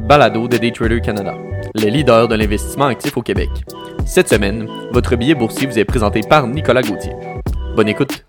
balado de Daytrader Canada, les leaders de l'investissement actif au Québec. Cette semaine, votre billet boursier vous est présenté par Nicolas Gauthier. Bonne écoute!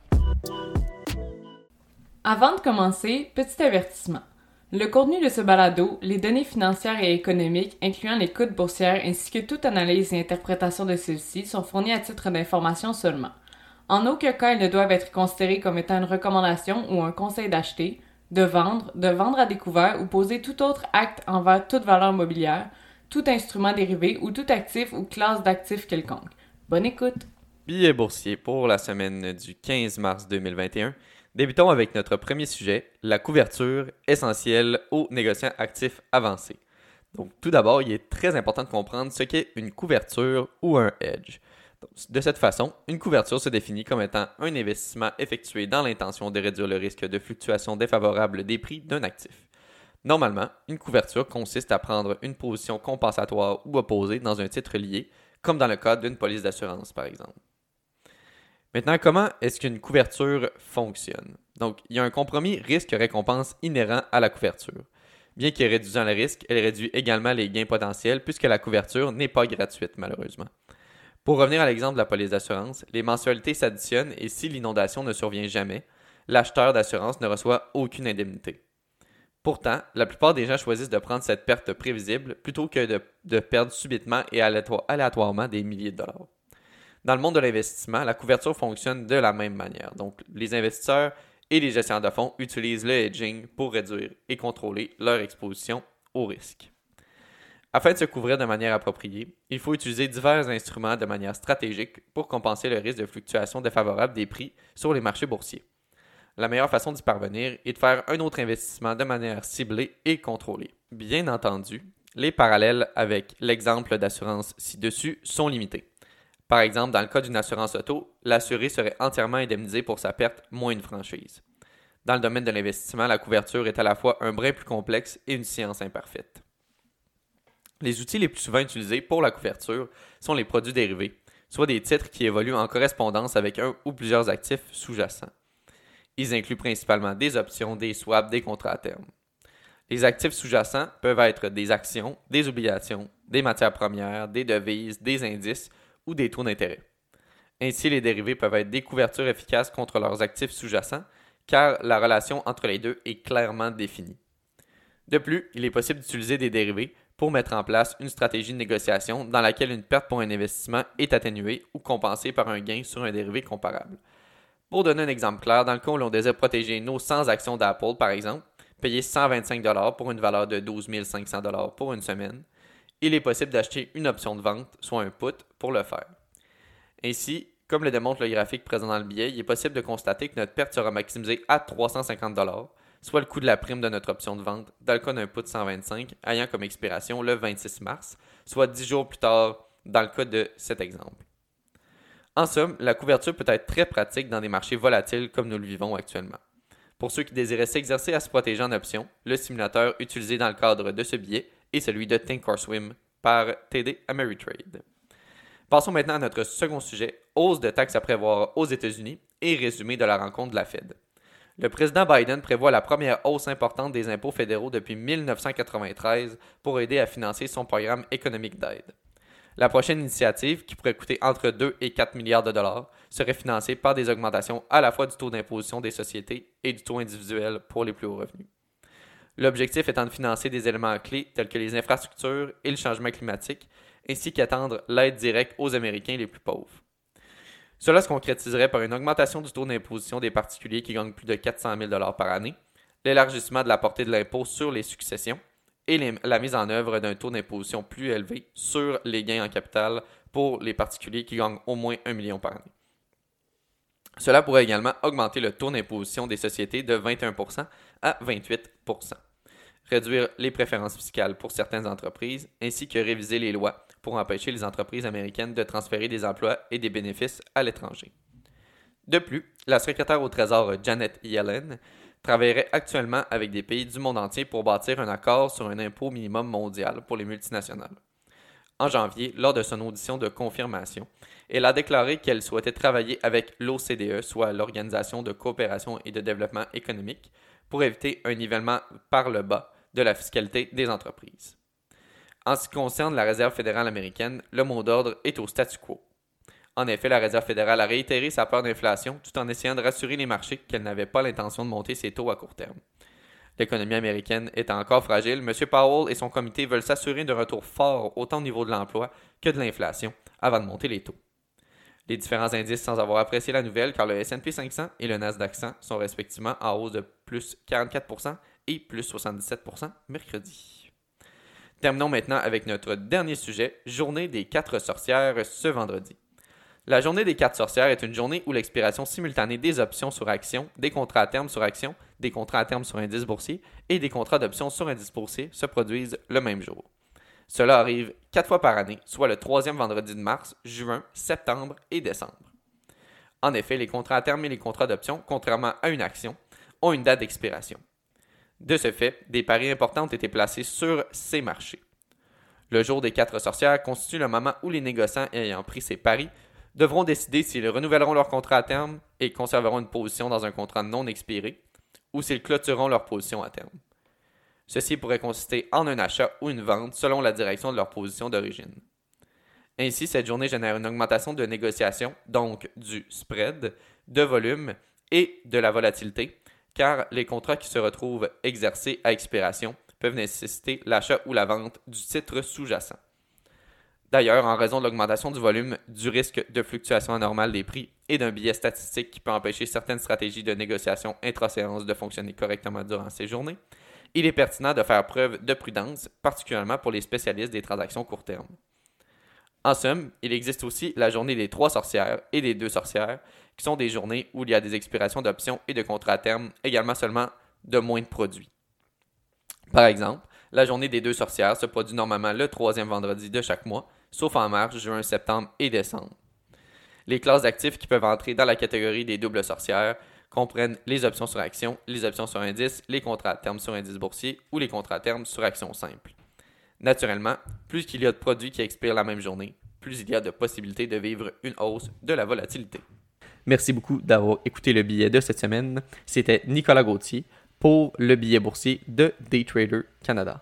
Avant de commencer, petit avertissement. Le contenu de ce balado, les données financières et économiques, incluant les cotes boursières ainsi que toute analyse et interprétation de celles-ci, sont fournies à titre d'information seulement. En aucun cas, elles ne doivent être considérées comme étant une recommandation ou un conseil d'acheter, de vendre à découvert ou poser tout autre acte envers toute valeur mobilière, tout instrument dérivé ou tout actif ou classe d'actifs quelconque. Bonne écoute! Billet boursier pour la semaine du 15 mars 2021. Débutons avec notre premier sujet, la couverture essentielle aux négociants actifs avancés. Donc, tout d'abord, il est très important de comprendre ce qu'est une couverture ou un hedge. Donc, de cette façon, une couverture se définit comme étant un investissement effectué dans l'intention de réduire le risque de fluctuation défavorable des prix d'un actif. Normalement, une couverture consiste à prendre une position compensatoire ou opposée dans un titre lié, comme dans le cas d'une police d'assurance, par exemple. Maintenant, comment est-ce qu'une couverture fonctionne? Donc, il y a un compromis risque-récompense inhérent à la couverture. Bien que réduisant le risque, elle réduit également les gains potentiels puisque la couverture n'est pas gratuite, malheureusement. Pour revenir à l'exemple de la police d'assurance, les mensualités s'additionnent et si l'inondation ne survient jamais, l'acheteur d'assurance ne reçoit aucune indemnité. Pourtant, la plupart des gens choisissent de prendre cette perte prévisible plutôt que de perdre subitement et aléatoirement des milliers de dollars. Dans le monde de l'investissement, la couverture fonctionne de la même manière. Donc, les investisseurs et les gestionnaires de fonds utilisent le hedging pour réduire et contrôler leur exposition au risque. Afin de se couvrir de manière appropriée, il faut utiliser divers instruments de manière stratégique pour compenser le risque de fluctuation défavorable des prix sur les marchés boursiers. La meilleure façon d'y parvenir est de faire un autre investissement de manière ciblée et contrôlée. Bien entendu, les parallèles avec l'exemple d'assurance ci-dessus sont limités. Par exemple, dans le cas d'une assurance auto, l'assuré serait entièrement indemnisé pour sa perte moins une franchise. Dans le domaine de l'investissement, la couverture est à la fois un brin plus complexe et une science imparfaite. Les outils les plus souvent utilisés pour la couverture sont les produits dérivés, soit des titres qui évoluent en correspondance avec un ou plusieurs actifs sous-jacents. Ils incluent principalement des options, des swaps, des contrats à terme. Les actifs sous-jacents peuvent être des actions, des obligations, des matières premières, des devises, des indices ou des taux d'intérêt. Ainsi, les dérivés peuvent être des couvertures efficaces contre leurs actifs sous-jacents, car la relation entre les deux est clairement définie. De plus, il est possible d'utiliser des dérivés pour mettre en place une stratégie de négociation dans laquelle une perte pour un investissement est atténuée ou compensée par un gain sur un dérivé comparable. Pour donner un exemple clair, dans le cas où l'on désire protéger nos 100 actions d'Apple, par exemple, payer 125 $ pour une valeur de 12 500 $ pour une semaine, il est possible d'acheter une option de vente, soit un put, pour le faire. Ainsi, comme le démontre le graphique présent dans le billet, il est possible de constater que notre perte sera maximisée à 350 $, soit le coût de la prime de notre option de vente, dans le cas d'un put 125, ayant comme expiration le 26 mars, soit 10 jours plus tard dans le cas de cet exemple. En somme, la couverture peut être très pratique dans des marchés volatiles comme nous le vivons actuellement. Pour ceux qui désiraient s'exercer à se protéger en option, le simulateur utilisé dans le cadre de ce billet est celui de Thinkorswim par TD Ameritrade. Passons maintenant à notre second sujet, hausse de taxes à prévoir aux États-Unis et résumé de la rencontre de la Fed. Le président Biden prévoit la première hausse importante des impôts fédéraux depuis 1993 pour aider à financer son programme économique d'aide. La prochaine initiative, qui pourrait coûter entre 2 et 4 milliards de dollars, serait financée par des augmentations à la fois du taux d'imposition des sociétés et du taux individuel pour les plus hauts revenus. L'objectif étant de financer des éléments clés tels que les infrastructures et le changement climatique, ainsi qu'attendre l'aide directe aux Américains les plus pauvres. Cela se concrétiserait par une augmentation du taux d'imposition des particuliers qui gagnent plus de 400 000 $ par année, l'élargissement de la portée de l'impôt sur les successions et la mise en œuvre d'un taux d'imposition plus élevé sur les gains en capital pour les particuliers qui gagnent au moins 1 million par année. Cela pourrait également augmenter le taux d'imposition des sociétés de 21% à 28%. Réduire les préférences fiscales pour certaines entreprises, ainsi que réviser les lois pour empêcher les entreprises américaines de transférer des emplois et des bénéfices à l'étranger. De plus, la secrétaire au Trésor Janet Yellen travaillerait actuellement avec des pays du monde entier pour bâtir un accord sur un impôt minimum mondial pour les multinationales. En janvier, lors de son audition de confirmation, elle a déclaré qu'elle souhaitait travailler avec l'OCDE, soit l'Organisation de coopération et de développement économique, pour éviter un nivellement par le bas de la fiscalité des entreprises. En ce qui concerne la Réserve fédérale américaine, le mot d'ordre est au statu quo. En effet, la Réserve fédérale a réitéré sa peur d'inflation tout en essayant de rassurer les marchés qu'elle n'avait pas l'intention de monter ses taux à court terme. L'économie américaine étant encore fragile, M. Powell et son comité veulent s'assurer d'un retour fort autant au niveau de l'emploi que de l'inflation avant de monter les taux. Les différents indices sans avoir apprécié la nouvelle, car le S&P 500 et le Nasdaq 100 sont respectivement en hausse de plus 44% et plus 77% mercredi. Terminons maintenant avec notre dernier sujet, journée des 4 sorcières ce vendredi. La journée des 4 sorcières est une journée où l'expiration simultanée des options sur actions, des contrats à terme sur actions, des contrats à terme sur indice boursier et des contrats d'options sur indice boursier se produisent le même jour. Cela arrive 4 fois par année, soit le 3e vendredi de mars, juin, septembre et décembre. En effet, les contrats à terme et les contrats d'options, contrairement à une action, ont une date d'expiration. De ce fait, des paris importants ont été placés sur ces marchés. Le jour des 4 sorcières constitue le moment où les négociants ayant pris ces paris devront décider s'ils renouvelleront leur contrat à terme et conserveront une position dans un contrat non expiré ou s'ils clôtureront leur position à terme. Ceci pourrait consister en un achat ou une vente selon la direction de leur position d'origine. Ainsi, cette journée génère une augmentation de négociation, donc du spread, de volume et de la volatilité, car les contrats qui se retrouvent exercés à expiration peuvent nécessiter l'achat ou la vente du titre sous-jacent. D'ailleurs, en raison de l'augmentation du volume, du risque de fluctuation anormale des prix et d'un biais statistique qui peut empêcher certaines stratégies de négociation intra-séance de fonctionner correctement durant ces journées, il est pertinent de faire preuve de prudence, particulièrement pour les spécialistes des transactions court terme. En somme, il existe aussi la journée des 3 sorcières et des 2 sorcières, qui sont des journées où il y a des expirations d'options et de contrats à terme, également seulement de moins de produits. Par exemple, la journée des 2 sorcières se produit normalement le 3e vendredi de chaque mois, sauf en mars, juin, septembre et décembre. Les classes d'actifs qui peuvent entrer dans la catégorie des doubles sorcières comprennent les options sur actions, les options sur indice, les contrats à terme sur indice boursier ou les contrats à terme sur actions simples. Naturellement, plus il y a de produits qui expirent la même journée, plus il y a de possibilités de vivre une hausse de la volatilité. Merci beaucoup d'avoir écouté le billet de cette semaine. C'était Nicolas Gauthier pour le billet boursier de Daytrader Canada.